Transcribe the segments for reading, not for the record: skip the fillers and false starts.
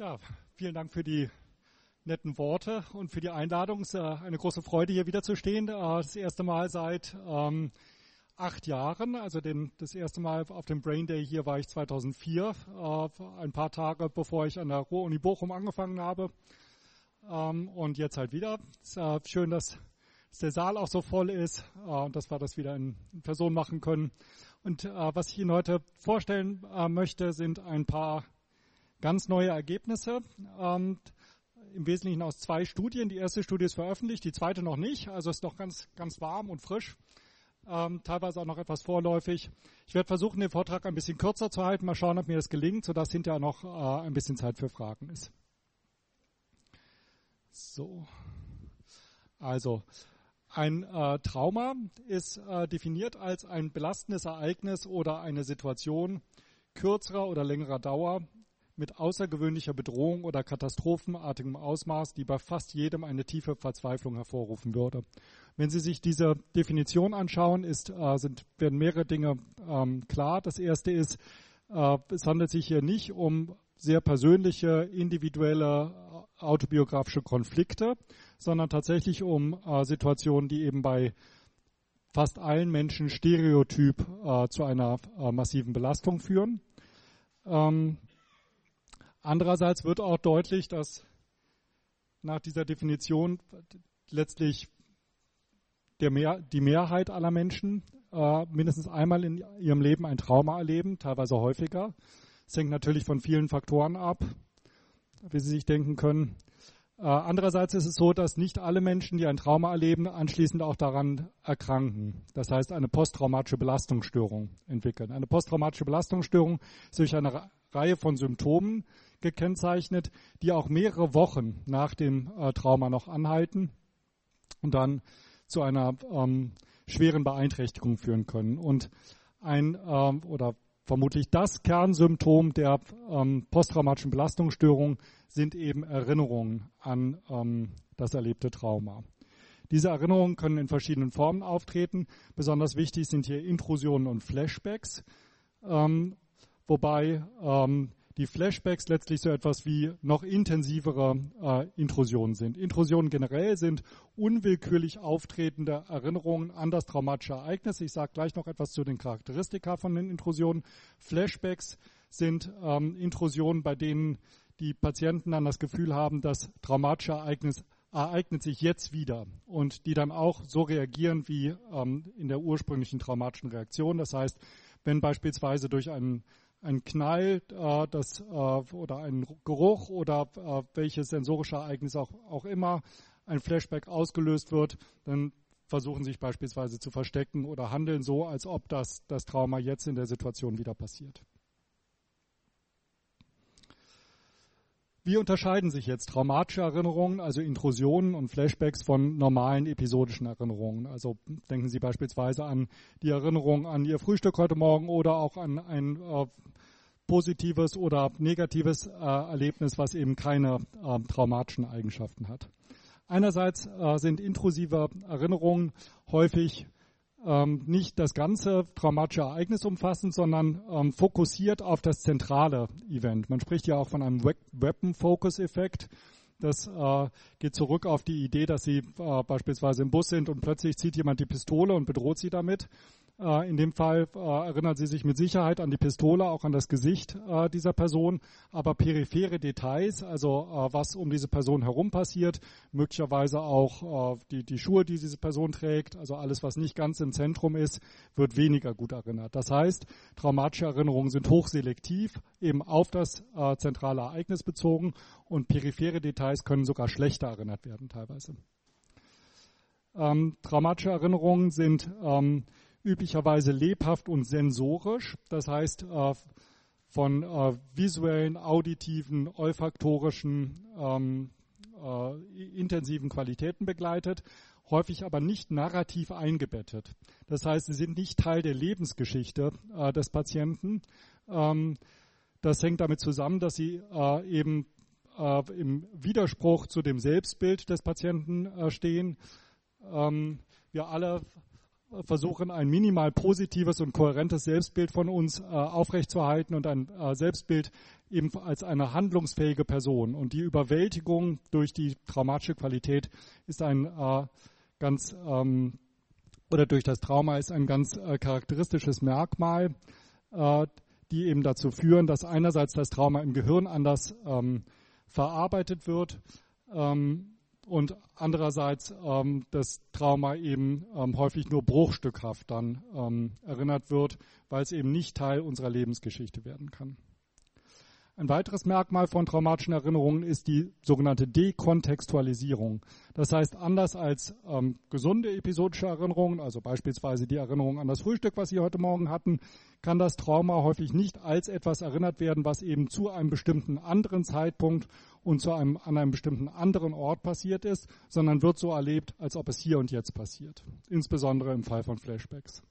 Ja, vielen Dank für die netten Worte und für die Einladung. Es ist eine große Freude, hier wieder zu stehen. Das erste Mal seit 8 Jahren. Also das erste Mal auf dem Brain Day hier war ich 2004, ein paar Tage bevor ich an der Ruhr-Uni Bochum angefangen habe. Und jetzt halt wieder. Es ist schön, dass der Saal auch so voll ist und dass wir das wieder in Person machen können. Und was ich Ihnen heute vorstellen möchte, sind ein paar ganz neue Ergebnisse. Im Wesentlichen aus 2 Studien. Die erste Studie ist veröffentlicht, die zweite noch nicht. Also ist noch ganz warm und frisch. Teilweise auch noch etwas vorläufig. Ich werde versuchen, den Vortrag ein bisschen kürzer zu halten. Mal schauen, ob mir das gelingt, sodass hinterher noch ein bisschen Zeit für Fragen ist. So. Also, ein Trauma ist definiert als ein belastendes Ereignis oder eine Situation kürzerer oder längerer Dauer mit außergewöhnlicher Bedrohung oder katastrophenartigem Ausmaß, die bei fast jedem eine tiefe Verzweiflung hervorrufen würde. Wenn Sie sich diese Definition anschauen, werden mehrere Dinge klar. Das erste ist, es handelt sich hier nicht um sehr persönliche, individuelle, autobiografische Konflikte, sondern tatsächlich um Situationen, die eben bei fast allen Menschen stereotyp zu einer massiven Belastung führen. Andererseits wird auch deutlich, dass nach dieser Definition letztlich die Mehrheit aller Menschen mindestens einmal in ihrem Leben ein Trauma erleben, teilweise häufiger. Es hängt natürlich von vielen Faktoren ab, wie Sie sich denken können. Andererseits ist es so, dass nicht alle Menschen, die ein Trauma erleben, anschließend auch daran erkranken. Das heißt, eine posttraumatische Belastungsstörung entwickeln. Eine posttraumatische Belastungsstörung ist durch eine Reihe von Symptomen gekennzeichnet, die auch mehrere Wochen nach dem Trauma noch anhalten und dann zu einer schweren Beeinträchtigung führen können. Und oder vermutlich das Kernsymptom der posttraumatischen Belastungsstörung sind eben Erinnerungen an das erlebte Trauma. Diese Erinnerungen können in verschiedenen Formen auftreten. Besonders wichtig sind hier Intrusionen und Flashbacks, wobei die Flashbacks letztlich so etwas wie noch intensivere Intrusionen sind. Intrusionen generell sind unwillkürlich auftretende Erinnerungen an das traumatische Ereignis. Ich sage gleich noch etwas zu den Charakteristika von den Intrusionen. Flashbacks sind Intrusionen, bei denen die Patienten dann das Gefühl haben, das traumatische Ereignis ereignet sich jetzt wieder und die dann auch so reagieren wie in der ursprünglichen traumatischen Reaktion. Das heißt, wenn beispielsweise durch einen Knall oder ein Geruch oder welches sensorische Ereignis auch immer ein Flashback ausgelöst wird, dann versuchen sich beispielsweise zu verstecken oder handeln so, als ob das Trauma jetzt in der Situation wieder passiert. Wie unterscheiden sich jetzt traumatische Erinnerungen, also Intrusionen und Flashbacks von normalen episodischen Erinnerungen? Also denken Sie beispielsweise an die Erinnerung an Ihr Frühstück heute Morgen oder auch an ein positives oder negatives Erlebnis, was eben keine traumatischen Eigenschaften hat. Einerseits sind intrusive Erinnerungen häufig nicht das ganze traumatische Ereignis umfassend, sondern fokussiert auf das zentrale Event. Man spricht ja auch von einem Weapon-Focus-Effekt. Das geht zurück auf die Idee, dass Sie beispielsweise im Bus sind und plötzlich zieht jemand die Pistole und bedroht Sie damit. In dem Fall erinnern Sie sich mit Sicherheit an die Pistole, auch an das Gesicht dieser Person, aber periphere Details, also was um diese Person herum passiert, möglicherweise auch die Schuhe, die diese Person trägt, also alles, was nicht ganz im Zentrum ist, wird weniger gut erinnert. Das heißt, traumatische Erinnerungen sind hochselektiv, eben auf das zentrale Ereignis bezogen und periphere Details können sogar schlechter erinnert werden teilweise. Traumatische Erinnerungen sind üblicherweise lebhaft und sensorisch, das heißt von visuellen, auditiven, olfaktorischen, intensiven Qualitäten begleitet, häufig aber nicht narrativ eingebettet. Das heißt, sie sind nicht Teil der Lebensgeschichte des Patienten. Das hängt damit zusammen, dass sie eben im Widerspruch zu dem Selbstbild des Patienten stehen. Wir alle versuchen, ein minimal positives und kohärentes Selbstbild von uns aufrechtzuerhalten und ein Selbstbild eben als eine handlungsfähige Person. Und die Überwältigung durch die traumatische Qualität ist oder durch das Trauma ist ein ganz charakteristisches Merkmal, die eben dazu führen, dass einerseits das Trauma im Gehirn anders verarbeitet wird, und andererseits das Trauma eben häufig nur bruchstückhaft dann erinnert wird, weil es eben nicht Teil unserer Lebensgeschichte werden kann. Ein weiteres Merkmal von traumatischen Erinnerungen ist die sogenannte Dekontextualisierung. Das heißt, anders als gesunde episodische Erinnerungen, also beispielsweise die Erinnerung an das Frühstück, was Sie heute Morgen hatten, kann das Trauma häufig nicht als etwas erinnert werden, was eben zu einem bestimmten anderen Zeitpunkt und an einem bestimmten anderen Ort passiert ist, sondern wird so erlebt, als ob es hier und jetzt passiert, insbesondere im Fall von Flashbacks.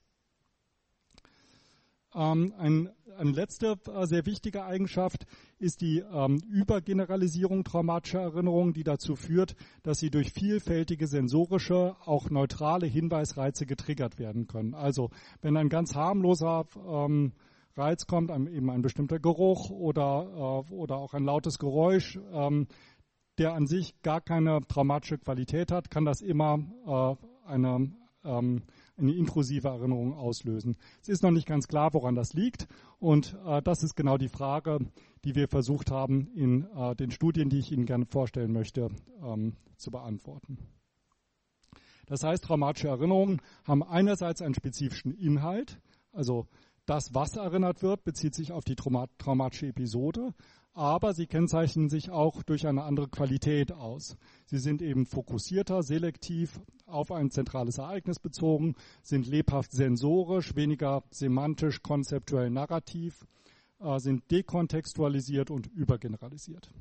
Eine letzte sehr wichtige Eigenschaft ist die Übergeneralisierung traumatischer Erinnerungen, die dazu führt, dass sie durch vielfältige sensorische, auch neutrale Hinweisreize getriggert werden können. Also wenn ein ganz harmloser Reiz kommt, eben ein bestimmter Geruch oder auch ein lautes Geräusch, der an sich gar keine traumatische Qualität hat, kann das immer eine intrusive Erinnerung auslösen. Es ist noch nicht ganz klar, woran das liegt, und das ist genau die Frage, die wir versucht haben, in den Studien, die ich Ihnen gerne vorstellen möchte, zu beantworten. Das heißt, traumatische Erinnerungen haben einerseits einen spezifischen Inhalt, also das, was erinnert wird, bezieht sich auf die traumatische Episode, aber sie kennzeichnen sich auch durch eine andere Qualität aus. Sie sind eben fokussierter, selektiv auf ein zentrales Ereignis bezogen, sind lebhaft sensorisch, weniger semantisch, konzeptuell narrativ, sind dekontextualisiert und übergeneralisiert.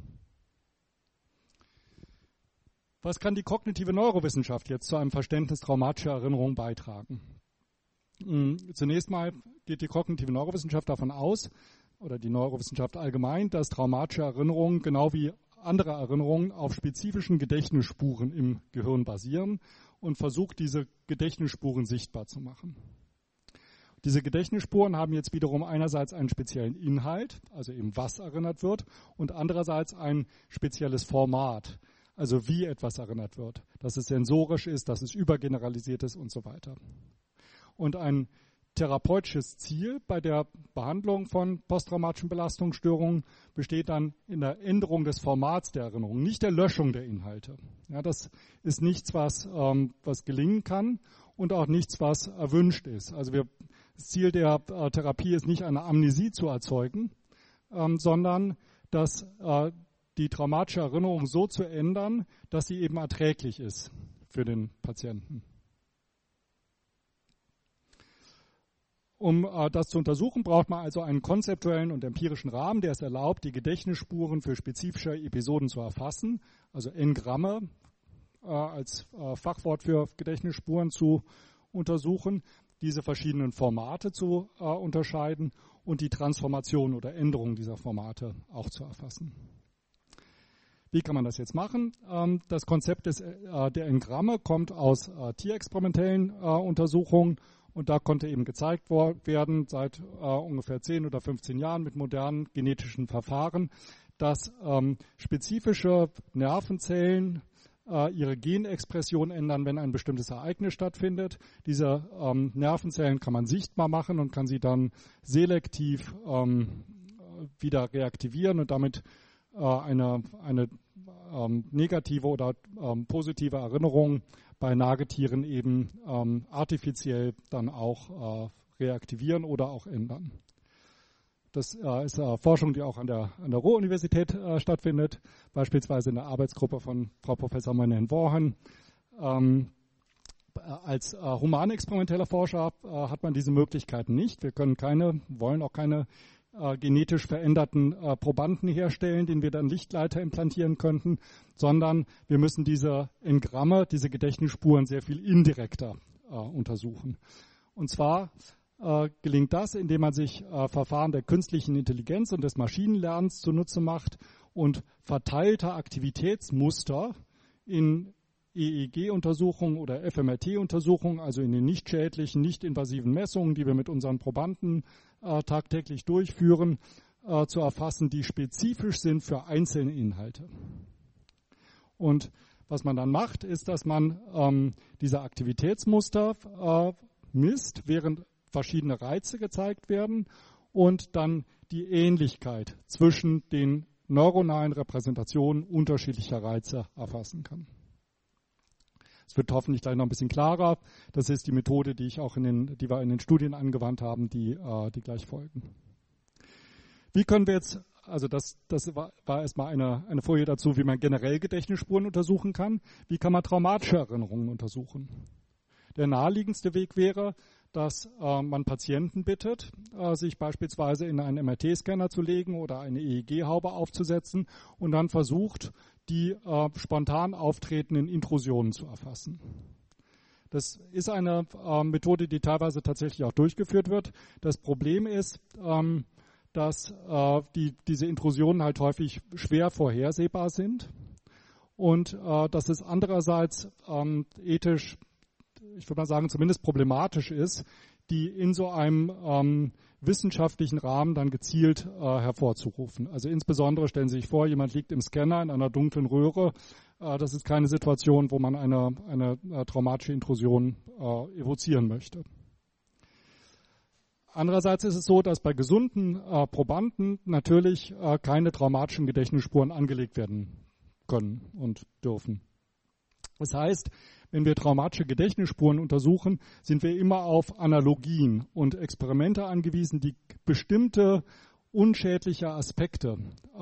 Was kann die kognitive Neurowissenschaft jetzt zu einem Verständnis traumatischer Erinnerungen beitragen? Zunächst mal geht die kognitive Neurowissenschaft davon aus, oder die Neurowissenschaft allgemein, dass traumatische Erinnerungen genau wie andere Erinnerungen auf spezifischen Gedächtnisspuren im Gehirn basieren und versucht, diese Gedächtnisspuren sichtbar zu machen. Diese Gedächtnisspuren haben jetzt wiederum einerseits einen speziellen Inhalt, also eben was erinnert wird, und andererseits ein spezielles Format, also wie etwas erinnert wird, dass es sensorisch ist, dass es übergeneralisiert ist und so weiter. Und ein therapeutisches Ziel bei der Behandlung von posttraumatischen Belastungsstörungen besteht dann in der Änderung des Formats der Erinnerung, nicht der Löschung der Inhalte. Ja, das ist nichts, was gelingen kann und auch nichts, was erwünscht ist. Also das Ziel der Therapie ist nicht, eine Amnesie zu erzeugen, sondern dass die traumatische Erinnerung so zu ändern, dass sie eben erträglich ist für den Patienten. Um das zu untersuchen, braucht man also einen konzeptuellen und empirischen Rahmen, der es erlaubt, die Gedächtnisspuren für spezifische Episoden zu erfassen, also Engramme als Fachwort für Gedächtnisspuren zu untersuchen, diese verschiedenen Formate zu unterscheiden und die Transformation oder Änderung dieser Formate auch zu erfassen. Wie kann man das jetzt machen? Das Konzept der Engramme kommt aus tierexperimentellen Untersuchungen. Und da konnte eben gezeigt werden, seit ungefähr 10 oder 15 Jahren mit modernen genetischen Verfahren, dass spezifische Nervenzellen ihre Genexpression ändern, wenn ein bestimmtes Ereignis stattfindet. Diese Nervenzellen kann man sichtbar machen und kann sie dann selektiv wieder reaktivieren und damit eine negative oder positive Erinnerung bei Nagetieren eben artifiziell dann auch reaktivieren oder auch ändern. Das ist Forschung, die auch an der Ruhr-Universität stattfindet, beispielsweise in der Arbeitsgruppe von Frau Professor Moynihan-Worhan. Als humanexperimenteller Forscher hat man diese Möglichkeiten nicht. Wir wollen auch keine genetisch veränderten Probanden herstellen, denen wir dann Lichtleiter implantieren könnten, sondern wir müssen diese Engramme, diese Gedächtnisspuren sehr viel indirekter untersuchen. Und zwar gelingt das, indem man sich Verfahren der künstlichen Intelligenz und des Maschinenlernens zunutze macht und verteilte Aktivitätsmuster in EEG-Untersuchungen oder fMRT-Untersuchungen, also in den nicht schädlichen, nicht invasiven Messungen, die wir mit unseren Probanden tagtäglich durchführen, zu erfassen, die spezifisch sind für einzelne Inhalte. Und was man dann macht, ist, dass man diese Aktivitätsmuster misst, während verschiedene Reize gezeigt werden und dann die Ähnlichkeit zwischen den neuronalen Repräsentationen unterschiedlicher Reize erfassen kann. Es wird hoffentlich gleich noch ein bisschen klarer. Das ist die Methode, die wir in den Studien angewandt haben, die gleich folgen. Wie können wir jetzt, also das war erstmal eine Folie dazu, wie man generell Gedächtnisspuren untersuchen kann. Wie kann man traumatische Erinnerungen untersuchen? Der naheliegendste Weg wäre, dass man Patienten bittet, sich beispielsweise in einen MRT-Scanner zu legen oder eine EEG-Haube aufzusetzen und dann versucht, die spontan auftretenden Intrusionen zu erfassen. Das ist eine Methode, die teilweise tatsächlich auch durchgeführt wird. Das Problem ist, dass diese Intrusionen halt häufig schwer vorhersehbar sind und dass es andererseits ethisch, ich würde mal sagen, zumindest problematisch ist, die in so einem wissenschaftlichen Rahmen dann gezielt hervorzurufen. Also insbesondere stellen Sie sich vor, jemand liegt im Scanner in einer dunklen Röhre. Das ist keine Situation, wo man eine traumatische Intrusion evozieren möchte. Andererseits ist es so, dass bei gesunden Probanden natürlich keine traumatischen Gedächtnisspuren angelegt werden können und dürfen. Das heißt, wenn wir traumatische Gedächtnisspuren untersuchen, sind wir immer auf Analogien und Experimente angewiesen, die bestimmte unschädliche Aspekte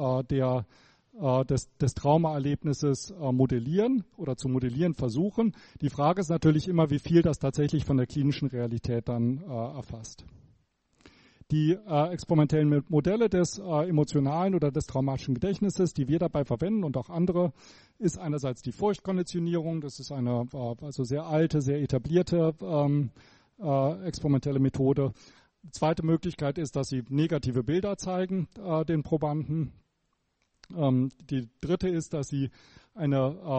des Traumaerlebnisses modellieren oder zu modellieren versuchen. Die Frage ist natürlich immer, wie viel das tatsächlich von der klinischen Realität dann erfasst. Die experimentellen Modelle des emotionalen oder des traumatischen Gedächtnisses, die wir dabei verwenden und auch andere, ist einerseits die Furchtkonditionierung. Das ist eine also sehr alte, sehr etablierte experimentelle Methode. Die zweite Möglichkeit ist, dass sie negative Bilder zeigen den Probanden. Die dritte ist, dass sie ein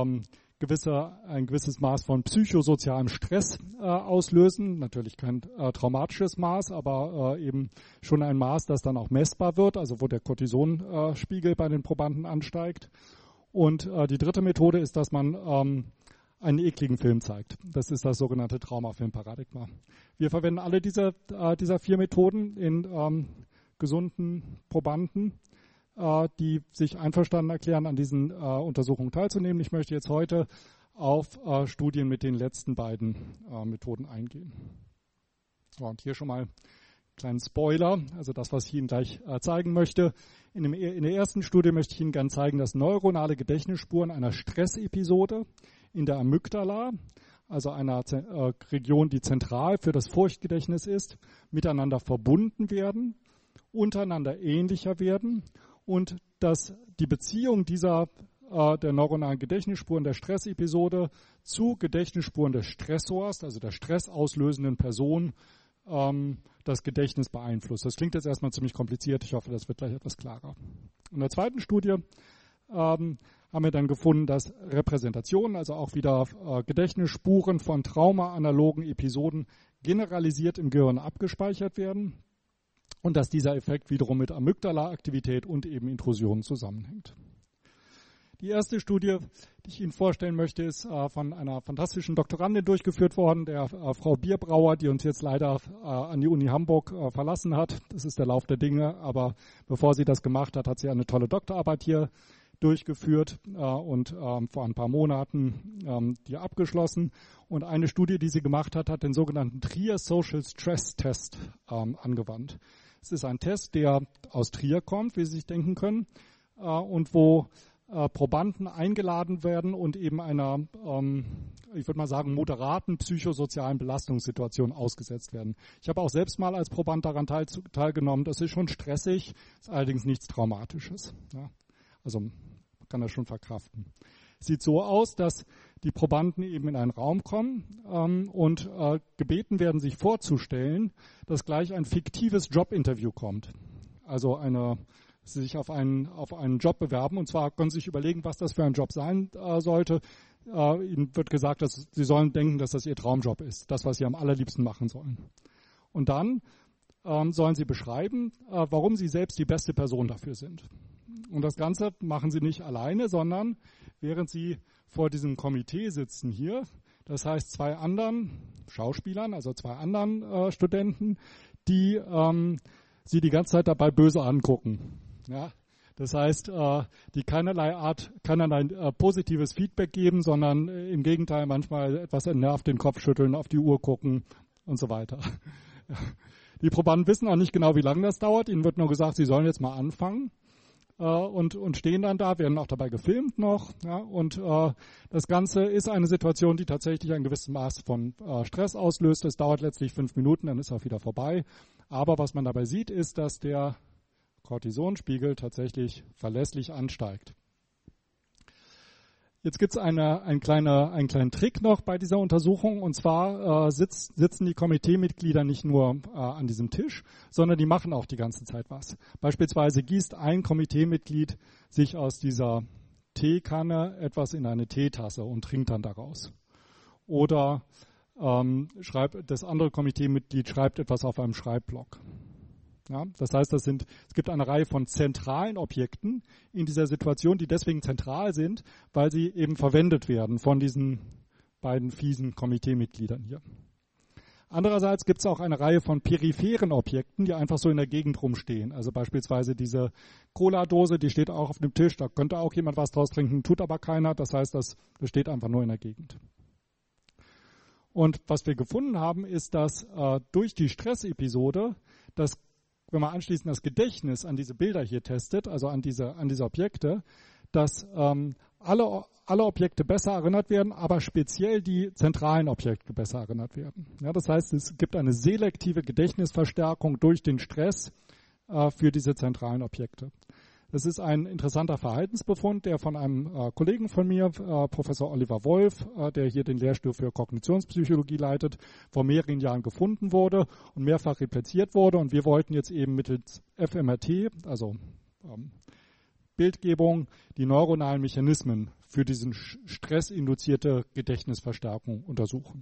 gewisses Maß von psychosozialem Stress auslösen. Natürlich kein traumatisches Maß, aber eben schon ein Maß, das dann auch messbar wird, also wo der Cortisonspiegel bei den Probanden ansteigt. Und die dritte Methode ist, dass man einen ekligen Film zeigt. Das ist das sogenannte Traumafilmparadigma. Wir verwenden alle dieser 4 Methoden in gesunden Probanden, die sich einverstanden erklären, an diesen Untersuchungen teilzunehmen. Ich möchte jetzt heute auf Studien mit den letzten beiden Methoden eingehen. So, und hier schon mal einen kleinen Spoiler, also das, was ich Ihnen gleich zeigen möchte. In der ersten Studie möchte ich Ihnen gerne zeigen, dass neuronale Gedächtnisspuren einer Stressepisode in der Amygdala, also einer Region, die zentral für das Furchtgedächtnis ist, miteinander verbunden werden, untereinander ähnlicher werden und dass die Beziehung der neuronalen Gedächtnisspuren der Stressepisode zu Gedächtnisspuren des Stressors, also der stressauslösenden Person, das Gedächtnis beeinflusst. Das klingt jetzt erstmal ziemlich kompliziert. Ich hoffe, das wird gleich etwas klarer. In der zweiten Studie haben wir dann gefunden, dass Repräsentationen, also auch wieder Gedächtnisspuren von traumaanalogen Episoden generalisiert im Gehirn abgespeichert werden. Und dass dieser Effekt wiederum mit Amygdala-Aktivität und eben Intrusionen zusammenhängt. Die erste Studie, die ich Ihnen vorstellen möchte, ist von einer fantastischen Doktorandin durchgeführt worden, der Frau Bierbrauer, die uns jetzt leider an die Uni Hamburg verlassen hat. Das ist der Lauf der Dinge, aber bevor sie das gemacht hat, hat sie eine tolle Doktorarbeit hier durchgeführt und vor ein paar Monaten die abgeschlossen. Und eine Studie, die sie gemacht hat, hat den sogenannten Trier Social Stress Test angewandt. Es ist ein Test, der aus Trier kommt, wie Sie sich denken können, und wo Probanden eingeladen werden und eben einer, ich würde mal sagen, moderaten psychosozialen Belastungssituation ausgesetzt werden. Ich habe auch selbst mal als Proband daran teilgenommen. Das ist schon stressig, ist allerdings nichts Traumatisches. Ja. Also man kann das schon verkraften. Sieht so aus, dass die Probanden eben in einen Raum kommen und gebeten werden, sich vorzustellen, dass gleich ein fiktives Jobinterview kommt. Also sie sich auf einen Job bewerben, und zwar können Sie sich überlegen, was das für ein Job sein sollte. Ihnen wird gesagt, dass Sie sollen denken, dass das Ihr Traumjob ist, das, was Sie am allerliebsten machen sollen. Und dann sollen Sie beschreiben, warum Sie selbst die beste Person dafür sind. Und das Ganze machen Sie nicht alleine, sondern während Sie vor diesem Komitee sitzen hier, das heißt 2 anderen Schauspielern, also 2 anderen Studenten, die Sie die ganze Zeit dabei böse angucken. Ja? Das heißt, die keinerlei positives Feedback geben, sondern im Gegenteil manchmal etwas entnervt den Kopf schütteln, auf die Uhr gucken und so weiter. Die Probanden wissen auch nicht genau, wie lange das dauert. Ihnen wird nur gesagt, sie sollen jetzt mal anfangen und stehen dann da, werden auch dabei gefilmt noch. Ja, und das Ganze ist eine Situation, die tatsächlich ein gewisses Maß von Stress auslöst. Es dauert letztlich 5 Minuten, dann ist auch wieder vorbei. Aber was man dabei sieht, ist, dass der Cortisonspiegel tatsächlich verlässlich ansteigt. Jetzt gibt es einen kleinen Trick noch bei dieser Untersuchung, und zwar sitzen die Komiteemitglieder nicht nur an diesem Tisch, sondern die machen auch die ganze Zeit was. Beispielsweise gießt ein Komiteemitglied sich aus dieser Teekanne etwas in eine Teetasse und trinkt dann daraus. Oder das andere Komiteemitglied schreibt etwas auf einem Schreibblock. Ja, das heißt, es gibt eine Reihe von zentralen Objekten in dieser Situation, die deswegen zentral sind, weil sie eben verwendet werden von diesen beiden fiesen Komiteemitgliedern hier. Andererseits gibt es auch eine Reihe von peripheren Objekten, die einfach so in der Gegend rumstehen. Also beispielsweise diese Cola-Dose, die steht auch auf dem Tisch, da könnte auch jemand was draus trinken, tut aber keiner. Das heißt, das steht einfach nur in der Gegend. Und was wir gefunden haben, ist, dass durch die Stressepisode wenn man anschließend das Gedächtnis an diese Bilder hier testet, also an diese Objekte, dass alle Objekte besser erinnert werden, aber speziell die zentralen Objekte besser erinnert werden. Ja, das heißt, es gibt eine selektive Gedächtnisverstärkung durch den Stress für diese zentralen Objekte. Das ist ein interessanter Verhaltensbefund, der von einem Kollegen von mir, Professor Oliver Wolf, der hier den Lehrstuhl für Kognitionspsychologie leitet, vor mehreren Jahren gefunden wurde und mehrfach repliziert wurde. Und wir wollten jetzt eben mittels fMRT, also Bildgebung, die neuronalen Mechanismen für diesen stressinduzierte Gedächtnisverstärkung untersuchen.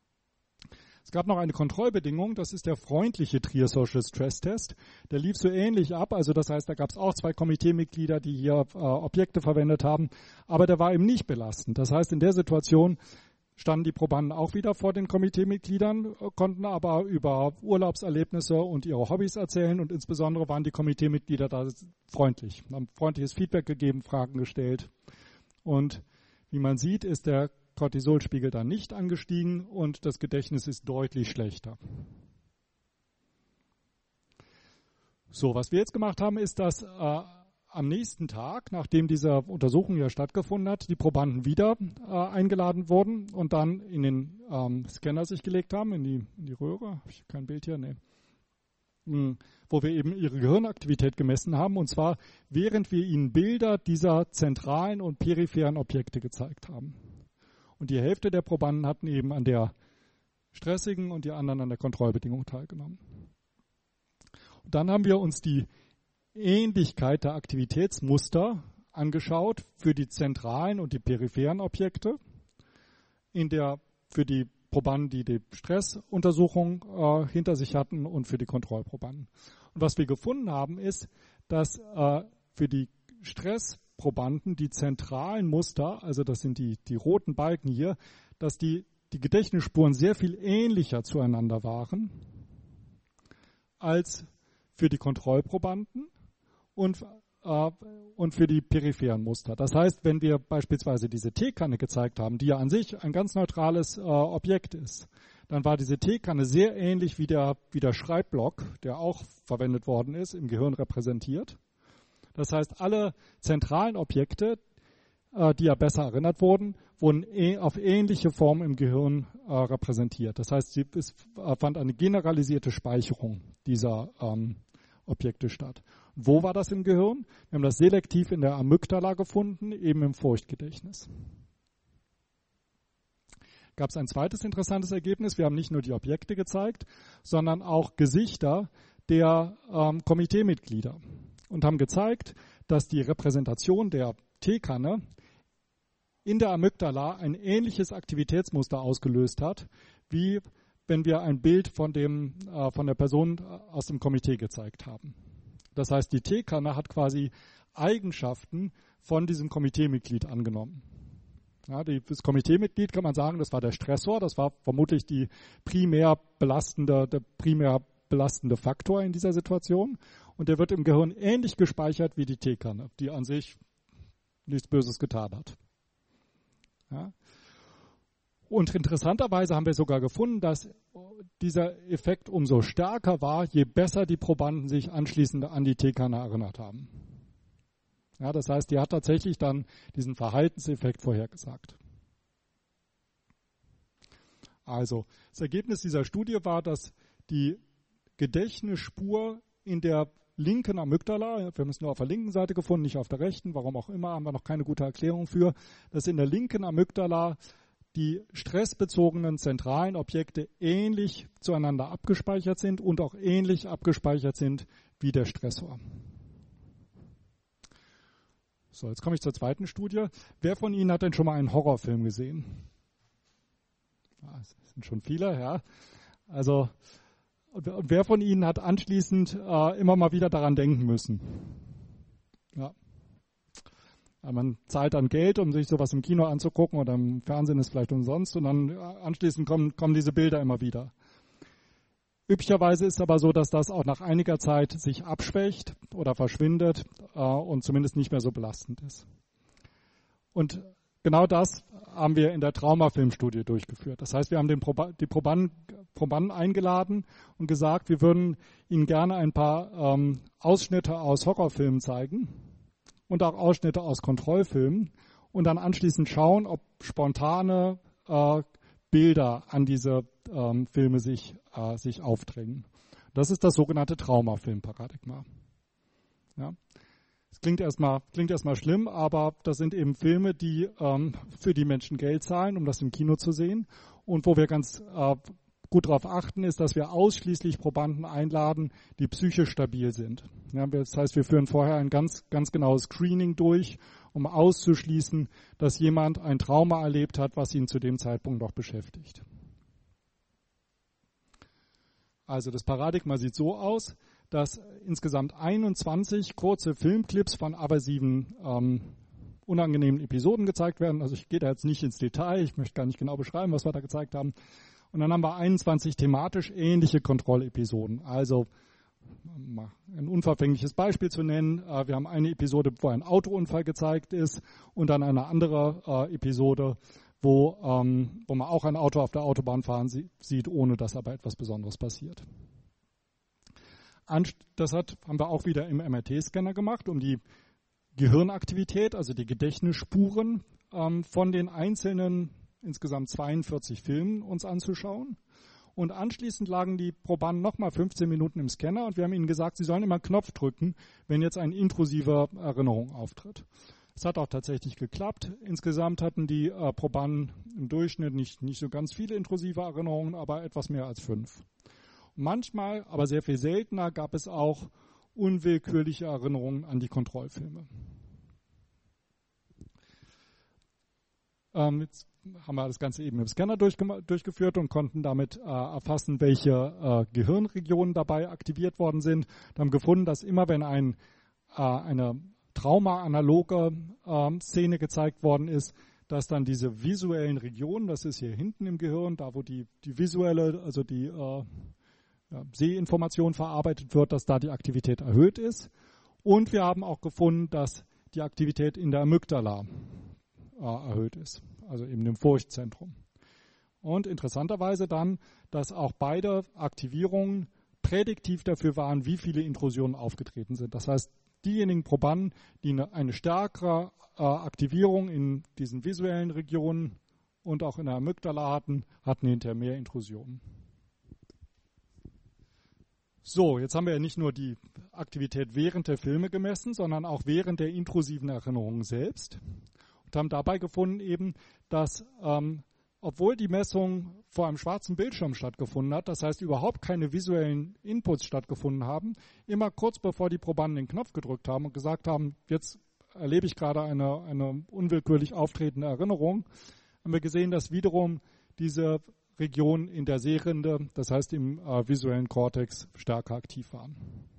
Es gab noch eine Kontrollbedingung, das ist der freundliche Trier Social Stress Test. Der lief so ähnlich ab, also das heißt, da gab es auch 2 Komiteemitglieder, die hier Objekte verwendet haben, aber der war eben nicht belastend. Das heißt, in der Situation standen die Probanden auch wieder vor den Komiteemitgliedern, konnten aber über Urlaubserlebnisse und ihre Hobbys erzählen und insbesondere waren die Komiteemitglieder da freundlich, haben freundliches Feedback gegeben, Fragen gestellt. Und wie man sieht, ist der Cortisolspiegel dann nicht angestiegen und das Gedächtnis ist deutlich schlechter. So, was wir jetzt gemacht haben, ist, dass am nächsten Tag, nachdem diese Untersuchung ja stattgefunden hat, die Probanden wieder eingeladen wurden und dann in den Scanner sich gelegt haben, in die Röhre. Habe ich kein Bild hier? Nee. Wo wir eben ihre Gehirnaktivität gemessen haben, und zwar während wir ihnen Bilder dieser zentralen und peripheren Objekte gezeigt haben. Und die Hälfte der Probanden hatten eben an der stressigen und die anderen an der Kontrollbedingung teilgenommen. Und dann haben wir uns die Ähnlichkeit der Aktivitätsmuster angeschaut für die zentralen und die peripheren Objekte, für die Probanden, die die Stressuntersuchung hinter sich hatten und für die Kontrollprobanden. Und was wir gefunden haben, ist, dass für die Stressprobanden die zentralen Muster, also das sind die roten Balken hier, dass die Gedächtnisspuren sehr viel ähnlicher zueinander waren als für die Kontrollprobanden und für die peripheren Muster. Das heißt, wenn wir beispielsweise diese Teekanne gezeigt haben, die ja an sich ein ganz neutrales Objekt ist, dann war diese Teekanne sehr ähnlich wie der Schreibblock, der auch verwendet worden ist, im Gehirn repräsentiert. Das heißt, alle zentralen Objekte, die ja besser erinnert wurden auf ähnliche Formen im Gehirn repräsentiert. Das heißt, es fand eine generalisierte Speicherung dieser Objekte statt. Wo war das im Gehirn? Wir haben das selektiv in der Amygdala gefunden, eben im Furchtgedächtnis. Gab es ein zweites interessantes Ergebnis. Wir haben nicht nur die Objekte gezeigt, sondern auch Gesichter der Komiteemitglieder und haben gezeigt, dass die Repräsentation der Teekanne in der Amygdala ein ähnliches Aktivitätsmuster ausgelöst hat, wie wenn wir ein Bild von der Person aus dem Komitee gezeigt haben. Das heißt, die Teekanne hat quasi Eigenschaften von diesem Komiteemitglied angenommen. Ja, das Komiteemitglied, kann man sagen, das war der Stressor, das war vermutlich der primär belastende Faktor in dieser Situation. Und der wird im Gehirn ähnlich gespeichert wie die Teekanne, die an sich nichts Böses getan hat. Ja. Und interessanterweise haben wir sogar gefunden, dass dieser Effekt umso stärker war, je besser die Probanden sich anschließend an die Teekanne erinnert haben. Ja, das heißt, die hat tatsächlich dann diesen Verhaltenseffekt vorhergesagt. Also, das Ergebnis dieser Studie war, dass die Gedächtnisspur in der linken Amygdala, wir haben es nur auf der linken Seite gefunden, nicht auf der rechten, warum auch immer, haben wir noch keine gute Erklärung für, dass in der linken Amygdala die stressbezogenen zentralen Objekte ähnlich zueinander abgespeichert sind und auch ähnlich abgespeichert sind wie der Stressor. So, jetzt komme ich zur zweiten Studie. Wer von Ihnen hat denn schon mal einen Horrorfilm gesehen? Ja, es sind schon viele, ja. Also, und wer von Ihnen hat anschließend immer mal wieder daran denken müssen? Ja. Man zahlt dann Geld, um sich sowas im Kino anzugucken oder im Fernsehen ist vielleicht umsonst und dann anschließend kommen diese Bilder immer wieder. Üblicherweise ist es aber so, dass das auch nach einiger Zeit sich abschwächt oder verschwindet und zumindest nicht mehr so belastend ist. Und genau das haben wir in der Traumafilmstudie durchgeführt. Das heißt, wir haben die Probanden eingeladen und gesagt, wir würden ihnen gerne ein paar Ausschnitte aus Horrorfilmen zeigen und auch Ausschnitte aus Kontrollfilmen und dann anschließend schauen, ob spontane Bilder an diese Filme sich aufdrängen. Das ist das sogenannte Traumafilmparadigma. Ja. Das klingt erstmal schlimm, aber das sind eben Filme, die für die Menschen Geld zahlen, um das im Kino zu sehen. Und wo wir ganz gut darauf achten, ist, dass wir ausschließlich Probanden einladen, die psychisch stabil sind. Ja, das heißt, wir führen vorher ein ganz genaues Screening durch, um auszuschließen, dass jemand ein Trauma erlebt hat, was ihn zu dem Zeitpunkt noch beschäftigt. Also das Paradigma sieht so aus, dass insgesamt 21 kurze Filmclips von aversiven, unangenehmen Episoden gezeigt werden. Also ich gehe da jetzt nicht ins Detail, ich möchte gar nicht genau beschreiben, was wir da gezeigt haben. Und dann haben wir 21 thematisch ähnliche Kontrollepisoden. Also ein unverfängliches Beispiel zu nennen. Wir haben eine Episode, wo ein Autounfall gezeigt ist und dann eine andere Episode, wo man auch ein Auto auf der Autobahn fahren sieht, ohne dass aber etwas Besonderes passiert. Das haben wir auch wieder im MRT-Scanner gemacht, um die Gehirnaktivität, also die Gedächtnisspuren von den einzelnen insgesamt 42 Filmen uns anzuschauen. Und anschließend lagen die Probanden nochmal 15 Minuten im Scanner und wir haben ihnen gesagt, sie sollen immer einen Knopf drücken, wenn jetzt eine intrusive Erinnerung auftritt. Es hat auch tatsächlich geklappt. Insgesamt hatten die Probanden im Durchschnitt nicht so ganz viele intrusive Erinnerungen, aber etwas mehr als 5. Manchmal, aber sehr viel seltener, gab es auch unwillkürliche Erinnerungen an die Kontrollfilme. Jetzt haben wir das Ganze eben im Scanner durchgeführt und konnten damit erfassen, welche Gehirnregionen dabei aktiviert worden sind. Wir haben gefunden, dass immer wenn eine Trauma-analoge Szene gezeigt worden ist, dass dann diese visuellen Regionen, das ist hier hinten im Gehirn, da wo die visuelle, also die Sehinformation verarbeitet wird, dass da die Aktivität erhöht ist. Und wir haben auch gefunden, dass die Aktivität in der Amygdala erhöht ist, also eben im Furchtzentrum. Und interessanterweise dann, dass auch beide Aktivierungen prädiktiv dafür waren, wie viele Intrusionen aufgetreten sind. Das heißt, diejenigen Probanden, die eine stärkere Aktivierung in diesen visuellen Regionen und auch in der Amygdala hatten hinterher mehr Intrusionen. So, jetzt haben wir ja nicht nur die Aktivität während der Filme gemessen, sondern auch während der intrusiven Erinnerungen selbst. Und haben dabei gefunden eben, dass obwohl die Messung vor einem schwarzen Bildschirm stattgefunden hat, das heißt überhaupt keine visuellen Inputs stattgefunden haben, immer kurz bevor die Probanden den Knopf gedrückt haben und gesagt haben, jetzt erlebe ich gerade eine unwillkürlich auftretende Erinnerung, haben wir gesehen, dass wiederum diese Regionen in der Sehrinde, das heißt im visuellen Kortex, stärker aktiv waren.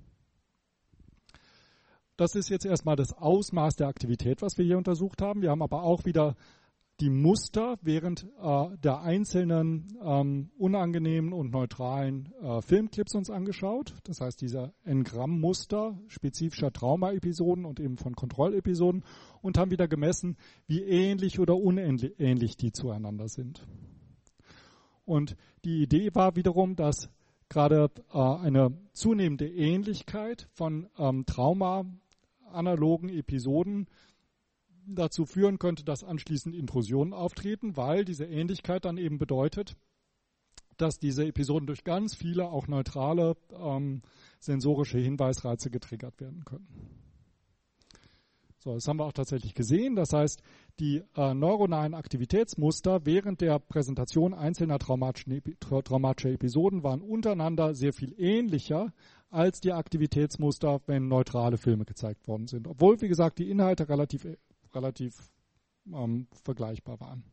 Das ist jetzt erstmal das Ausmaß der Aktivität, was wir hier untersucht haben. Wir haben aber auch wieder die Muster während der einzelnen unangenehmen und neutralen Filmclips uns angeschaut. Das heißt, diese Engramm-Muster spezifischer Trauma-Episoden und eben von Kontrollepisoden und haben wieder gemessen, wie ähnlich oder unähnlich die zueinander sind. Und die Idee war wiederum, dass gerade eine zunehmende Ähnlichkeit von Trauma-analogen Episoden dazu führen könnte, dass anschließend Intrusionen auftreten, weil diese Ähnlichkeit dann eben bedeutet, dass diese Episoden durch ganz viele auch neutrale sensorische Hinweisreize getriggert werden können. So, das haben wir auch tatsächlich gesehen. Das heißt, die neuronalen Aktivitätsmuster während der Präsentation einzelner traumatischer Episoden waren untereinander sehr viel ähnlicher als die Aktivitätsmuster, wenn neutrale Filme gezeigt worden sind. Obwohl, wie gesagt, die Inhalte relativ vergleichbar waren.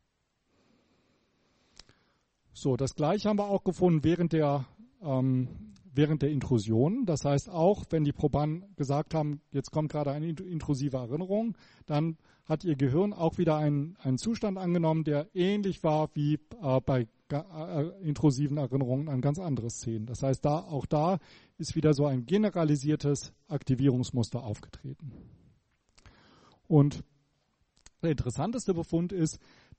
So, das Gleiche haben wir auch gefunden während der Intrusion. Das heißt, auch wenn die Probanden gesagt haben, jetzt kommt gerade eine intrusive Erinnerung, dann hat ihr Gehirn auch wieder einen Zustand angenommen, der ähnlich war wie bei intrusiven Erinnerungen an ganz andere Szenen. Das heißt, auch da ist wieder so ein generalisiertes Aktivierungsmuster aufgetreten. Und der interessanteste Befund ist,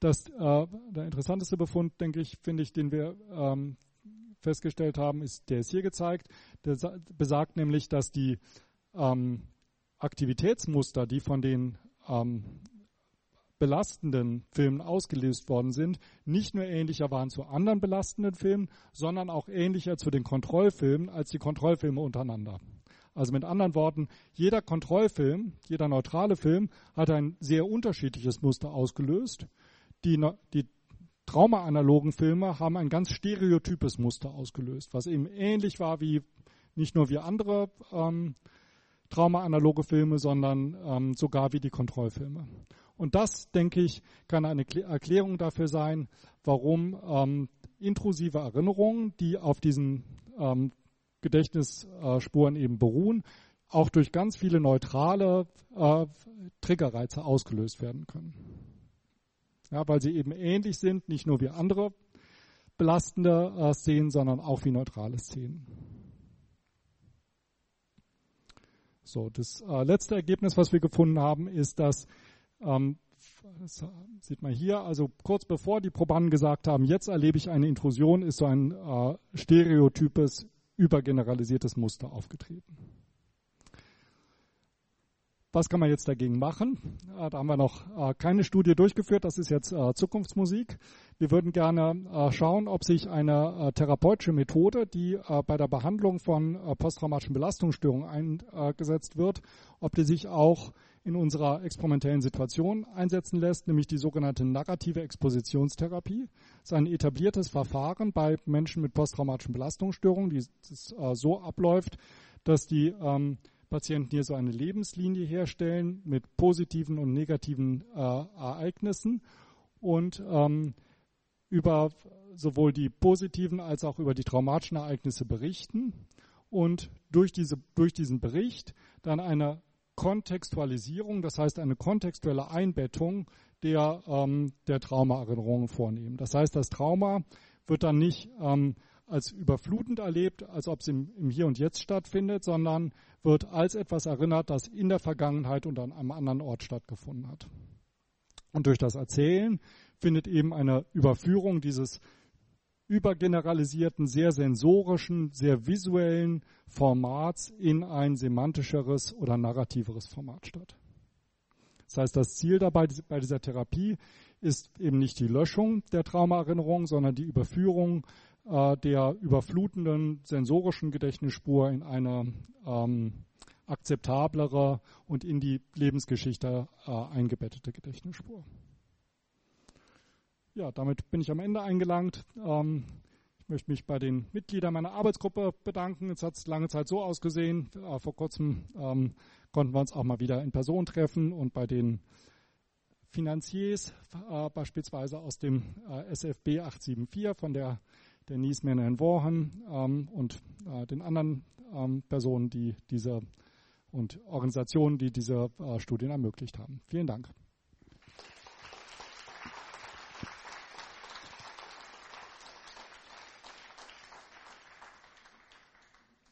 denke ich, den wir festgestellt haben, der ist hier gezeigt. Der besagt nämlich, dass die Aktivitätsmuster, die von den belastenden Filmen ausgelöst worden sind, nicht nur ähnlicher waren zu anderen belastenden Filmen, sondern auch ähnlicher zu den Kontrollfilmen als die Kontrollfilme untereinander. Also mit anderen Worten, jeder Kontrollfilm, jeder neutrale Film hat ein sehr unterschiedliches Muster ausgelöst. Die traumaanalogen Filme haben ein ganz stereotypes Muster ausgelöst, was eben ähnlich war wie nicht nur wie andere traumaanaloge Filme, sondern sogar wie die Kontrollfilme. Und das, denke ich, kann eine Erklärung dafür sein, warum intrusive Erinnerungen, die auf diesen Gedächtnisspuren eben beruhen, auch durch ganz viele neutrale Triggerreize ausgelöst werden können. Ja, weil sie eben ähnlich sind, nicht nur wie andere belastende Szenen, sondern auch wie neutrale Szenen. So, das letzte Ergebnis, was wir gefunden haben, ist, dass, das sieht man hier, also kurz bevor die Probanden gesagt haben, jetzt erlebe ich eine Intrusion, ist so ein stereotypes, übergeneralisiertes Muster aufgetreten. Was kann man jetzt dagegen machen? Da haben wir noch keine Studie durchgeführt, das ist jetzt Zukunftsmusik. Wir würden gerne schauen, ob sich eine therapeutische Methode, die bei der Behandlung von posttraumatischen Belastungsstörungen eingesetzt wird, ob die sich auch in unserer experimentellen Situation einsetzen lässt, nämlich die sogenannte narrative Expositionstherapie. Das ist ein etabliertes Verfahren bei Menschen mit posttraumatischen Belastungsstörungen, die so abläuft, dass die Patienten hier so eine Lebenslinie herstellen mit positiven und negativen Ereignissen und über sowohl die positiven als auch über die traumatischen Ereignisse berichten und durch diesen Bericht dann eine Kontextualisierung, das heißt eine kontextuelle Einbettung der Traumaerinnerungen vornehmen. Das heißt, das Trauma wird dann nicht als überflutend erlebt, als ob es im Hier und Jetzt stattfindet, sondern wird als etwas erinnert, das in der Vergangenheit und an einem anderen Ort stattgefunden hat. Und durch das Erzählen findet eben eine Überführung dieses übergeneralisierten, sehr sensorischen, sehr visuellen Formats in ein semantischeres oder narrativeres Format statt. Das heißt, das Ziel dabei bei dieser Therapie ist eben nicht die Löschung der Traumaerinnerung, sondern die Überführung der überflutenden sensorischen Gedächtnisspur in eine akzeptablere und in die Lebensgeschichte eingebettete Gedächtnisspur. Ja, damit bin ich am Ende angelangt. Ich möchte mich bei den Mitgliedern meiner Arbeitsgruppe bedanken. Jetzt hat es lange Zeit so ausgesehen. Vor kurzem konnten wir uns auch mal wieder in Person treffen und bei den Finanziers, beispielsweise aus dem SFB 874 von der Denise Menahan-Vaughan und den anderen Personen, die diese und Organisationen, die diese Studien ermöglicht haben. Vielen Dank.